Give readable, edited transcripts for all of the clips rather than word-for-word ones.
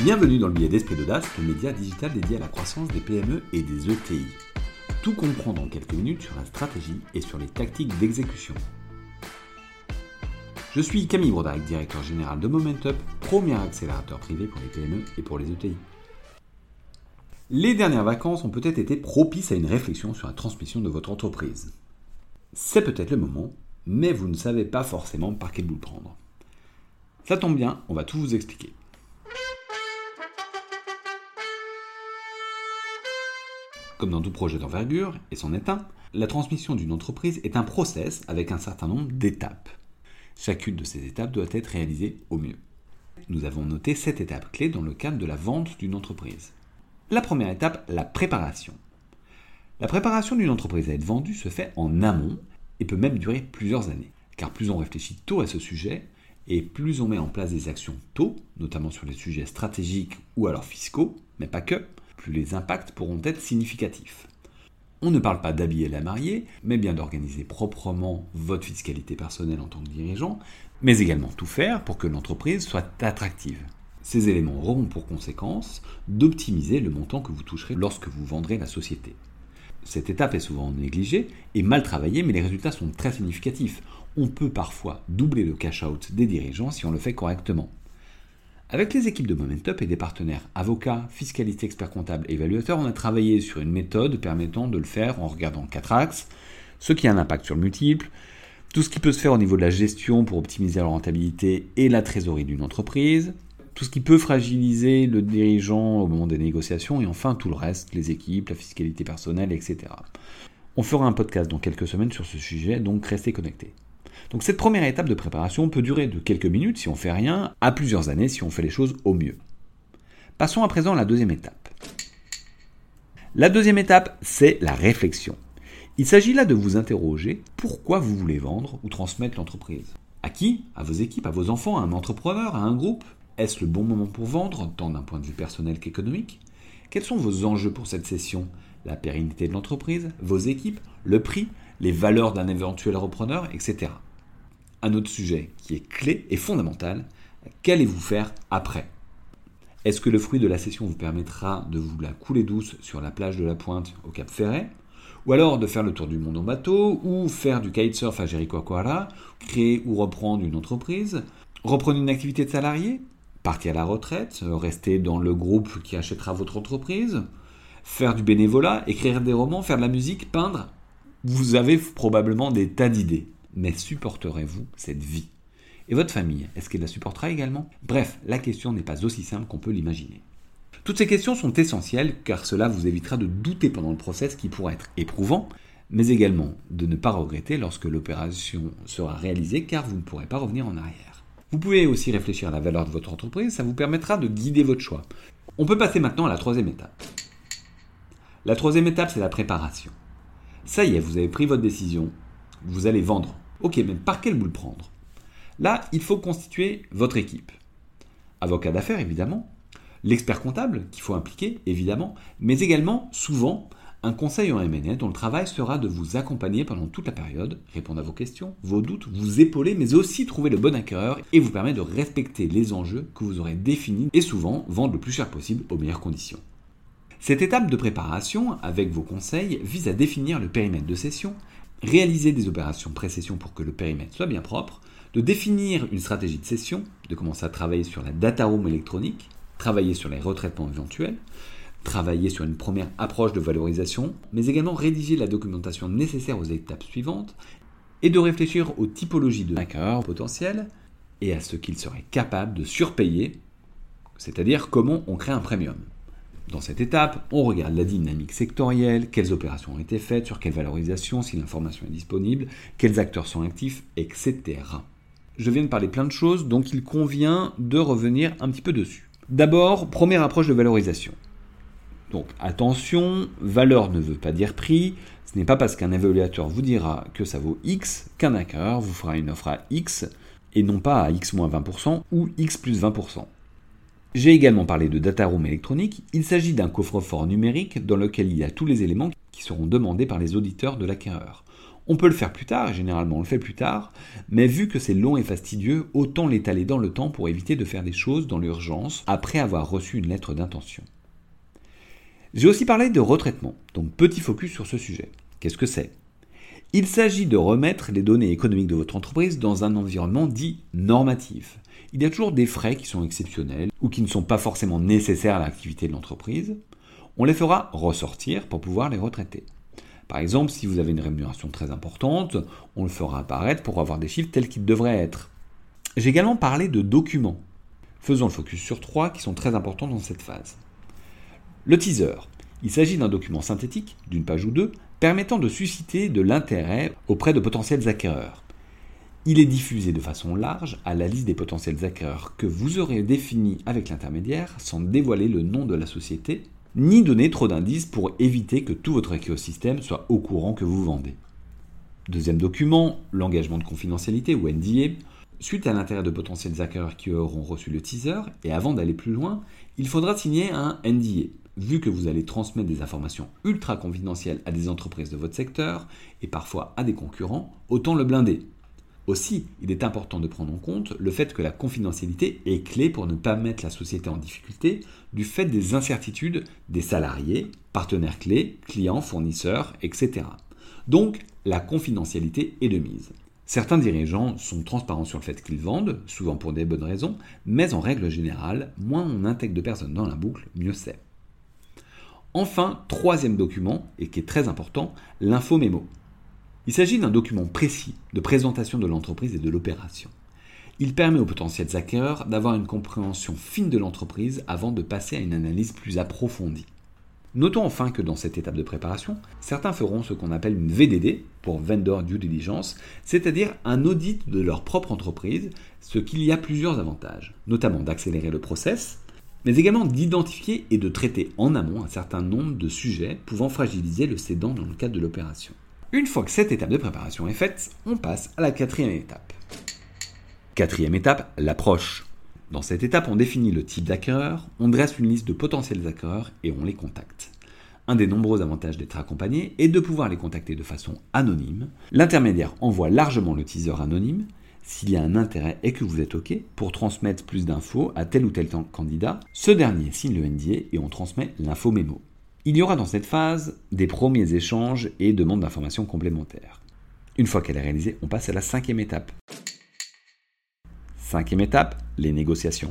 Bienvenue dans le billet d'Esprit d'Audace, le média digital dédié à la croissance des PME et des ETI. Tout comprendre en quelques minutes sur la stratégie et sur les tactiques d'exécution. Je suis Camille Brodach, directeur général de Momentup, premier accélérateur privé pour les PME et pour les ETI. Les dernières vacances ont peut-être été propices à une réflexion sur la transmission de votre entreprise. C'est peut-être le moment, mais vous ne savez pas forcément par quel bout prendre. Ça tombe bien, on va tout vous expliquer. Comme dans tout projet d'envergure, et c'en est un, la transmission d'une entreprise est un process avec un certain nombre d'étapes. Chacune de ces étapes doit être réalisée au mieux. Nous avons noté 7 étapes clés dans le cadre de la vente d'une entreprise. La première étape, la préparation. La préparation d'une entreprise à être vendue se fait en amont et peut même durer plusieurs années. Car plus on réfléchit tôt à ce sujet, et plus on met en place des actions tôt, notamment sur les sujets stratégiques ou alors fiscaux, mais pas que, plus les impacts pourront être significatifs. On ne parle pas d'habiller la mariée, mais bien d'organiser proprement votre fiscalité personnelle en tant que dirigeant, mais également tout faire pour que l'entreprise soit attractive. Ces éléments auront pour conséquence d'optimiser le montant que vous toucherez lorsque vous vendrez la société. Cette étape est souvent négligée et mal travaillée, mais les résultats sont très significatifs. On peut parfois doubler le cash-out des dirigeants si on le fait correctement. Avec les équipes de Momentup et des partenaires avocats, fiscalistes, experts comptables et évaluateurs, on a travaillé sur une méthode permettant de le faire en regardant 4 axes, ce qui a un impact sur le multiple, tout ce qui peut se faire au niveau de la gestion pour optimiser la rentabilité et la trésorerie d'une entreprise, tout ce qui peut fragiliser le dirigeant au moment des négociations, et enfin tout le reste, les équipes, la fiscalité personnelle, etc. On fera un podcast dans quelques semaines sur ce sujet, donc restez connectés. Donc cette première étape de préparation peut durer de quelques minutes si on ne fait rien, à plusieurs années si on fait les choses au mieux. Passons à présent à la deuxième étape. La deuxième étape, c'est la réflexion. Il s'agit là de vous interroger pourquoi vous voulez vendre ou transmettre l'entreprise. À qui ? À vos équipes, à vos enfants, à un entrepreneur, à un groupe ? Est-ce le bon moment pour vendre, tant d'un point de vue personnel qu'économique ? Quels sont vos enjeux pour cette session ? La pérennité de l'entreprise, vos équipes, le prix, les valeurs d'un éventuel repreneur, etc. Un autre sujet qui est clé et fondamental, qu'allez-vous faire après ? Est-ce que le fruit de la session vous permettra de vous la couler douce sur la plage de la Pointe au Cap Ferret ? Ou alors de faire le tour du monde en bateau, ou faire du kitesurf à Jericoacoara, créer ou reprendre une entreprise, reprendre une activité de salarié, partir à la retraite, rester dans le groupe qui achètera votre entreprise, faire du bénévolat, écrire des romans, faire de la musique, peindre ? Vous avez probablement des tas d'idées. Mais supporterez-vous cette vie ? Et votre famille, est-ce qu'elle la supportera également ? Bref, la question n'est pas aussi simple qu'on peut l'imaginer. Toutes ces questions sont essentielles car cela vous évitera de douter pendant le process qui pourra être éprouvant, mais également de ne pas regretter lorsque l'opération sera réalisée car vous ne pourrez pas revenir en arrière. Vous pouvez aussi réfléchir à la valeur de votre entreprise, ça vous permettra de guider votre choix. On peut passer maintenant à la troisième étape. La troisième étape, c'est la préparation. Ça y est, vous avez pris votre décision, vous allez vendre. Ok, mais par quel bout le prendre ? Là, il faut constituer votre équipe. Avocat d'affaires, évidemment. L'expert comptable, qu'il faut impliquer, évidemment. Mais également, souvent, un conseil en M&A dont le travail sera de vous accompagner pendant toute la période, répondre à vos questions, vos doutes, vous épauler, mais aussi trouver le bon acquéreur et vous permettre de respecter les enjeux que vous aurez définis et souvent vendre le plus cher possible aux meilleures conditions. Cette étape de préparation, avec vos conseils, vise à définir le périmètre de cession, réaliser des opérations pré-cession pour que le périmètre soit bien propre, de définir une stratégie de cession, de commencer à travailler sur la data room électronique, travailler sur les retraitements éventuels, travailler sur une première approche de valorisation, mais également rédiger la documentation nécessaire aux étapes suivantes, et de réfléchir aux typologies de acquéreurs potentiels et à ce qu'ils seraient capables de surpayer, c'est-à-dire comment on crée un premium. Dans cette étape, on regarde la dynamique sectorielle, quelles opérations ont été faites, sur quelle valorisation, si l'information est disponible, quels acteurs sont actifs, etc. Je viens de parler plein de choses, donc il convient de revenir un petit peu dessus. D'abord, première approche de valorisation. Donc attention, valeur ne veut pas dire prix, ce n'est pas parce qu'un évaluateur vous dira que ça vaut X qu'un acquéreur vous fera une offre à X et non pas à X moins 20% ou X plus 20%. J'ai également parlé de data room électronique. Il s'agit d'un coffre-fort numérique dans lequel il y a tous les éléments qui seront demandés par les auditeurs de l'acquéreur. On peut le faire plus tard, et généralement on le fait plus tard, mais vu que c'est long et fastidieux, autant l'étaler dans le temps pour éviter de faire des choses dans l'urgence après avoir reçu une lettre d'intention. J'ai aussi parlé de retraitement, donc petit focus sur ce sujet. Qu'est-ce que c'est ? Il s'agit de remettre les données économiques de votre entreprise dans un environnement dit normatif. Il y a toujours des frais qui sont exceptionnels ou qui ne sont pas forcément nécessaires à l'activité de l'entreprise. On les fera ressortir pour pouvoir les retraiter. Par exemple, si vous avez une rémunération très importante, on le fera apparaître pour avoir des chiffres tels qu'ils devraient être. J'ai également parlé de documents. Faisons le focus sur 3 qui sont très importants dans cette phase. Le teaser. Il s'agit d'un document synthétique, d'une page ou deux, permettant de susciter de l'intérêt auprès de potentiels acquéreurs. Il est diffusé de façon large à la liste des potentiels acquéreurs que vous aurez définis avec l'intermédiaire sans dévoiler le nom de la société, ni donner trop d'indices pour éviter que tout votre écosystème soit au courant que vous vendez. Deuxième document, l'engagement de confidentialité ou NDA. Suite à l'intérêt de potentiels acquéreurs qui auront reçu le teaser, et avant d'aller plus loin, il faudra signer un NDA. Vu que vous allez transmettre des informations ultra confidentielles à des entreprises de votre secteur, et parfois à des concurrents, autant le blinder. Aussi, il est important de prendre en compte le fait que la confidentialité est clé pour ne pas mettre la société en difficulté du fait des incertitudes des salariés, partenaires clés, clients, fournisseurs, etc. Donc, la confidentialité est de mise. Certains dirigeants sont transparents sur le fait qu'ils vendent, souvent pour des bonnes raisons, mais en règle générale, moins on intègre de personnes dans la boucle, mieux c'est. Enfin, troisième document, et qui est très important, l'info-mémo. Il s'agit d'un document précis de présentation de l'entreprise et de l'opération. Il permet aux potentiels acquéreurs d'avoir une compréhension fine de l'entreprise avant de passer à une analyse plus approfondie. Notons enfin que dans cette étape de préparation, certains feront ce qu'on appelle une VDD, pour Vendor Due Diligence, c'est-à-dire un audit de leur propre entreprise, ce qu'il y a plusieurs avantages, notamment d'accélérer le process, mais également d'identifier et de traiter en amont un certain nombre de sujets pouvant fragiliser le cédant dans le cadre de l'opération. Une fois que cette étape de préparation est faite, on passe à la quatrième étape. Quatrième étape, l'approche. Dans cette étape, on définit le type d'acquéreur, on dresse une liste de potentiels acquéreurs et on les contacte. Un des nombreux avantages d'être accompagné est de pouvoir les contacter de façon anonyme. L'intermédiaire envoie largement le teaser anonyme, s'il y a un intérêt et que vous êtes OK, pour transmettre plus d'infos à tel ou tel candidat, ce dernier signe le NDA et on transmet l'info mémo. Il y aura dans cette phase des premiers échanges et demandes d'informations complémentaires. Une fois qu'elle est réalisée, on passe à la cinquième étape. Cinquième étape, les négociations.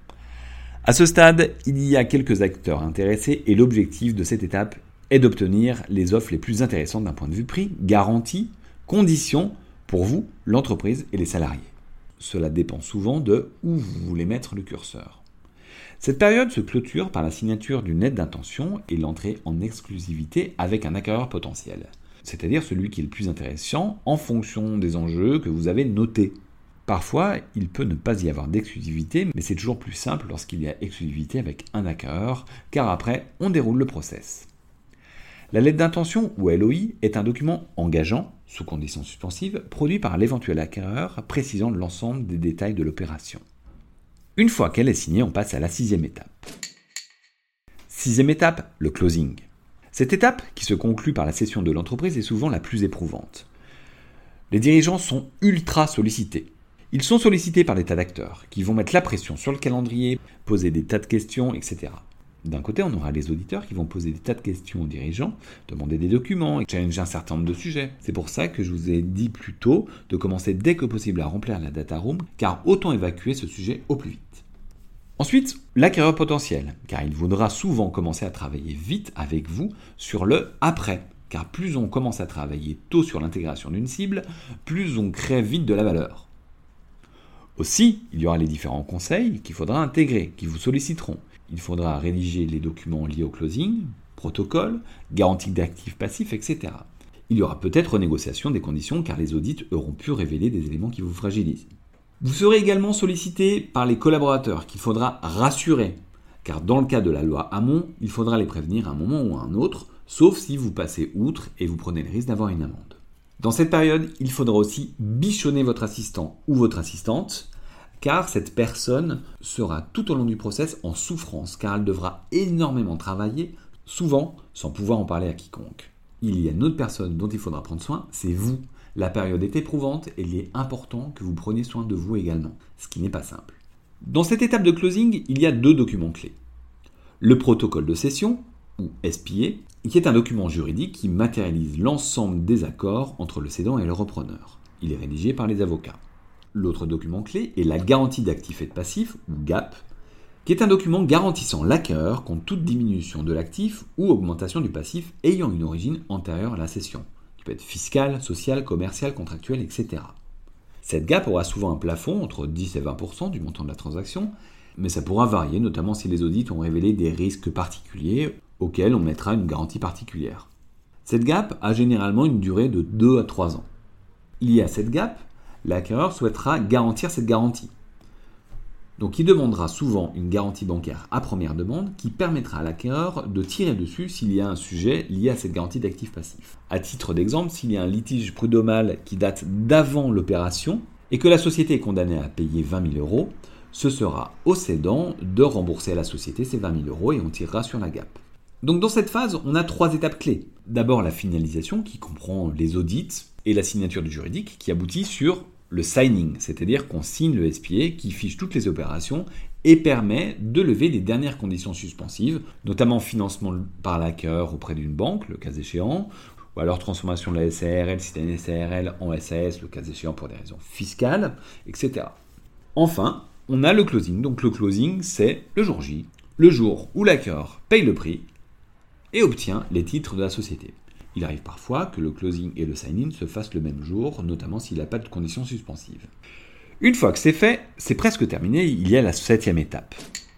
À ce stade, il y a quelques acteurs intéressés et l'objectif de cette étape est d'obtenir les offres les plus intéressantes d'un point de vue prix, garantie, conditions pour vous, l'entreprise et les salariés. Cela dépend souvent de où vous voulez mettre le curseur. Cette période se clôture par la signature d'une lettre d'intention et l'entrée en exclusivité avec un acquéreur potentiel, c'est-à-dire celui qui est le plus intéressant en fonction des enjeux que vous avez notés. Parfois, il peut ne pas y avoir d'exclusivité, mais c'est toujours plus simple lorsqu'il y a exclusivité avec un acquéreur, car après, on déroule le process. La lettre d'intention, ou LOI, est un document engageant, sous conditions suspensives, produit par l'éventuel acquéreur, précisant l'ensemble des détails de l'opération. Une fois qu'elle est signée, on passe à la sixième étape. Sixième étape, le closing. Cette étape, qui se conclut par la cession de l'entreprise, est souvent la plus éprouvante. Les dirigeants sont ultra sollicités. Ils sont sollicités par des tas d'acteurs, qui vont mettre la pression sur le calendrier, poser des tas de questions, etc. D'un côté, on aura les auditeurs qui vont poser des tas de questions aux dirigeants, demander des documents et challenger un certain nombre de sujets. C'est pour ça que je vous ai dit plus tôt de commencer dès que possible à remplir la data room, car autant évacuer ce sujet au plus vite. Ensuite, l'acquéreur potentiel, car il voudra souvent commencer à travailler vite avec vous sur le après, car plus on commence à travailler tôt sur l'intégration d'une cible, plus on crée vite de la valeur. Aussi, il y aura les différents conseils qu'il faudra intégrer, qui vous solliciteront. Il faudra rédiger les documents liés au closing, protocole, garantie d'actifs passifs, etc. Il y aura peut-être renégociation des conditions car les audits auront pu révéler des éléments qui vous fragilisent. Vous serez également sollicité par les collaborateurs qu'il faudra rassurer, car dans le cas de la loi Hamon, il faudra les prévenir à un moment ou à un autre, sauf si vous passez outre et vous prenez le risque d'avoir une amende. Dans cette période, il faudra aussi bichonner votre assistant ou votre assistante, car cette personne sera tout au long du process en souffrance, car elle devra énormément travailler, souvent sans pouvoir en parler à quiconque. Il y a une autre personne dont il faudra prendre soin, c'est vous. La période est éprouvante et il est important que vous preniez soin de vous également, ce qui n'est pas simple. Dans cette étape de closing, il y a 2 documents clés. Le protocole de cession, ou SPA, qui est un document juridique qui matérialise l'ensemble des accords entre le cédant et le repreneur. Il est rédigé par les avocats. L'autre document clé est la garantie d'actifs et de passifs, ou GAP, qui est un document garantissant l'acquéreur contre toute diminution de l'actif ou augmentation du passif ayant une origine antérieure à la cession, qui peut être fiscale, sociale, commerciale, contractuelle, etc. Cette GAP aura souvent un plafond entre 10 et 20% du montant de la transaction, mais ça pourra varier, notamment si les audits ont révélé des risques particuliers auxquels on mettra une garantie particulière. Cette GAP a généralement une durée de 2 à 3 ans. Lié à cette GAP, l'acquéreur souhaitera garantir cette garantie. Donc il demandera souvent une garantie bancaire à première demande qui permettra à l'acquéreur de tirer dessus s'il y a un sujet lié à cette garantie d'actifs passifs. À titre d'exemple, s'il y a un litige prud'homal qui date d'avant l'opération et que la société est condamnée à payer 20 000 €, ce sera au cédant de rembourser à la société ces 20 000 € et on tirera sur la GAP. Donc dans cette phase, on a 3 étapes clés. D'abord la finalisation qui comprend les audits et la signature du juridique qui aboutit sur le signing, c'est-à-dire qu'on signe le SPA qui fiche toutes les opérations et permet de lever les dernières conditions suspensives, notamment financement par l'acquéreur auprès d'une banque, le cas échéant, ou alors transformation de la SARL si c'est une SARL en SAS, le cas échéant pour des raisons fiscales, etc. Enfin, on a le closing. Donc le closing, c'est le jour J, le jour où l'acquéreur paye le prix et obtient les titres de la société. Il arrive parfois que le closing et le sign-in se fassent le même jour, notamment s'il n'a pas de conditions suspensives. Une fois que c'est fait, c'est presque terminé, il y a la 7e étape.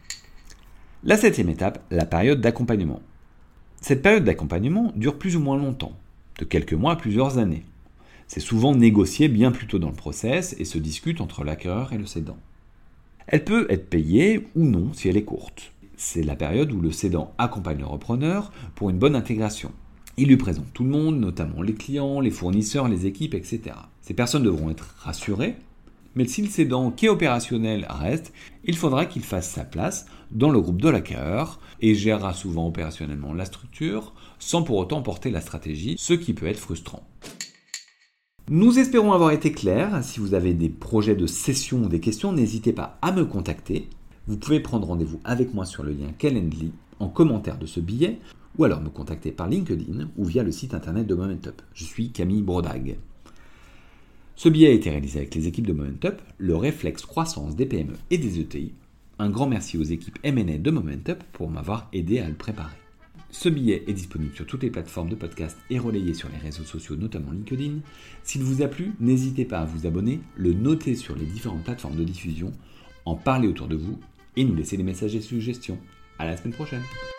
La 7e étape, la période d'accompagnement. Cette période d'accompagnement dure plus ou moins longtemps, de quelques mois à plusieurs années. C'est souvent négocié bien plus tôt dans le process et se discute entre l'acquéreur et le cédant. Elle peut être payée ou non si elle est courte. C'est la période où le cédant accompagne le repreneur pour une bonne intégration. Il lui présente tout le monde, notamment les clients, les fournisseurs, les équipes, etc. Ces personnes devront être rassurées, mais si le cédant qui est opérationnel reste, il faudra qu'il fasse sa place dans le groupe de l'acquéreur et gérera souvent opérationnellement la structure sans pour autant porter la stratégie, ce qui peut être frustrant. Nous espérons avoir été clairs. Si vous avez des projets de cession ou des questions, n'hésitez pas à me contacter. Vous pouvez prendre rendez-vous avec moi sur le lien Calendly en commentaire de ce billet ou alors me contacter par LinkedIn ou via le site internet de Momentup. Je suis Camille Brodag. Ce billet a été réalisé avec les équipes de Momentup, le réflexe croissance des PME et des ETI. Un grand merci aux équipes M&A de Momentup pour m'avoir aidé à le préparer. Ce billet est disponible sur toutes les plateformes de podcast et relayé sur les réseaux sociaux, notamment LinkedIn. S'il vous a plu, n'hésitez pas à vous abonner, le noter sur les différentes plateformes de diffusion, en parler autour de vous et nous laisser des messages et suggestions. À la semaine prochaine.